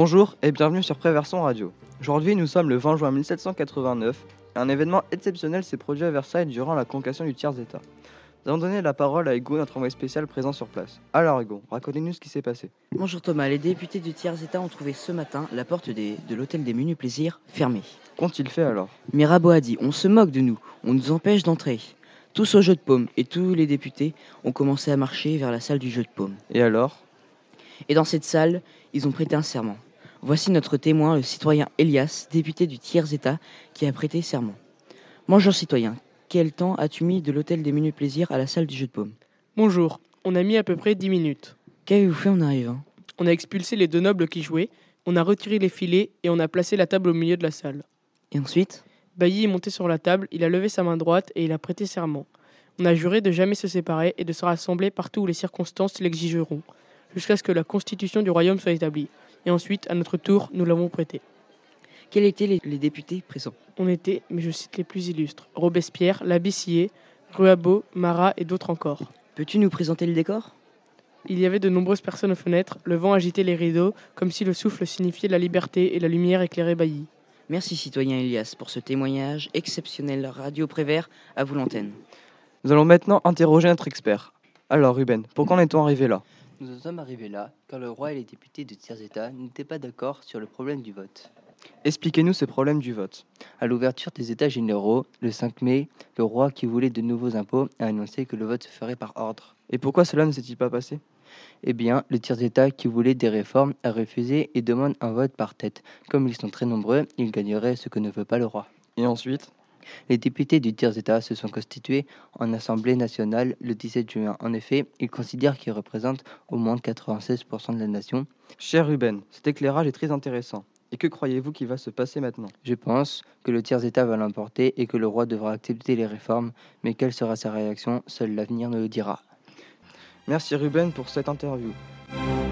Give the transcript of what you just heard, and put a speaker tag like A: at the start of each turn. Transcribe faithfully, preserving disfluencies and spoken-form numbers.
A: Bonjour et bienvenue sur Préverson Radio. Aujourd'hui, nous sommes le vingt juin mille sept cent quatre-vingt-neuf. Un événement exceptionnel s'est produit à Versailles durant la convocation du tiers-état. Nous allons donner la parole à Hugo, notre envoyé spécial présent sur place. Alors Hugo, racontez-nous ce qui s'est passé.
B: Bonjour Thomas, les députés du tiers-état ont trouvé ce matin la porte des- de l'hôtel des Menus Plaisirs fermée.
A: Qu'ont-ils fait alors?
B: Mirabeau a dit « On se moque de nous, on nous empêche d'entrer ». Tous au jeu de paume et tous les députés ont commencé à marcher vers la salle du jeu de paume.
A: Et alors?
B: Et dans cette salle, ils ont prêté un serment. Voici notre témoin, le citoyen Elias, député du tiers-état, qui a prêté serment. Bonjour citoyen, quel temps as-tu mis de l'hôtel des Menus Plaisirs à la salle du jeu de paume?
C: Bonjour, on a mis à peu près dix minutes.
B: Qu'avez-vous fait en arrivant?
C: On a expulsé les deux nobles qui jouaient, on a retiré les filets et on a placé la table au milieu de la salle.
B: Et ensuite?
C: Bailly est monté sur la table, il a levé sa main droite et il a prêté serment. On a juré de jamais se séparer et de se rassembler partout où les circonstances l'exigeront, jusqu'à ce que la constitution du royaume soit établie. Et ensuite, à notre tour, nous l'avons prêté.
B: Quels étaient les, les députés présents?
C: On était, mais je cite les plus illustres, Robespierre, Labessier, Ruabeau, Marat et d'autres encore.
B: Peux-tu nous présenter le décor?
C: Il y avait de nombreuses personnes aux fenêtres, le vent agitait les rideaux, comme si le souffle signifiait la liberté et la lumière éclairait Bailly.
B: Merci citoyen Elias pour ce témoignage exceptionnel. Radio Prévert, à vous l'antenne.
A: Nous allons maintenant interroger notre expert. Alors Ruben, pourquoi en est-on arrivé là?
D: Nous en sommes arrivés là car le roi et les députés du tiers-état n'étaient pas d'accord sur le problème du vote.
A: Expliquez-nous ces problèmes du vote.
D: À l'ouverture des États généraux, le cinq mai, le roi qui voulait de nouveaux impôts a annoncé que le vote se ferait par ordre.
A: Et pourquoi cela ne s'est-il pas passé?
D: Eh bien, le tiers-état qui voulait des réformes a refusé et demande un vote par tête. Comme ils sont très nombreux, ils gagneraient ce que ne veut pas le roi.
A: Et ensuite?
D: Les députés du tiers-état se sont constitués en Assemblée nationale le dix-sept juin. En effet, ils considèrent qu'ils représentent au moins quatre-vingt-seize pour cent de la nation.
A: Cher Ruben, cet éclairage est très intéressant. Et que croyez-vous qu'il va se passer maintenant?
D: Je pense que le tiers-état va l'emporter et que le roi devra accepter les réformes. Mais quelle sera sa réaction? Seul l'avenir nous le dira.
A: Merci Ruben pour cette interview.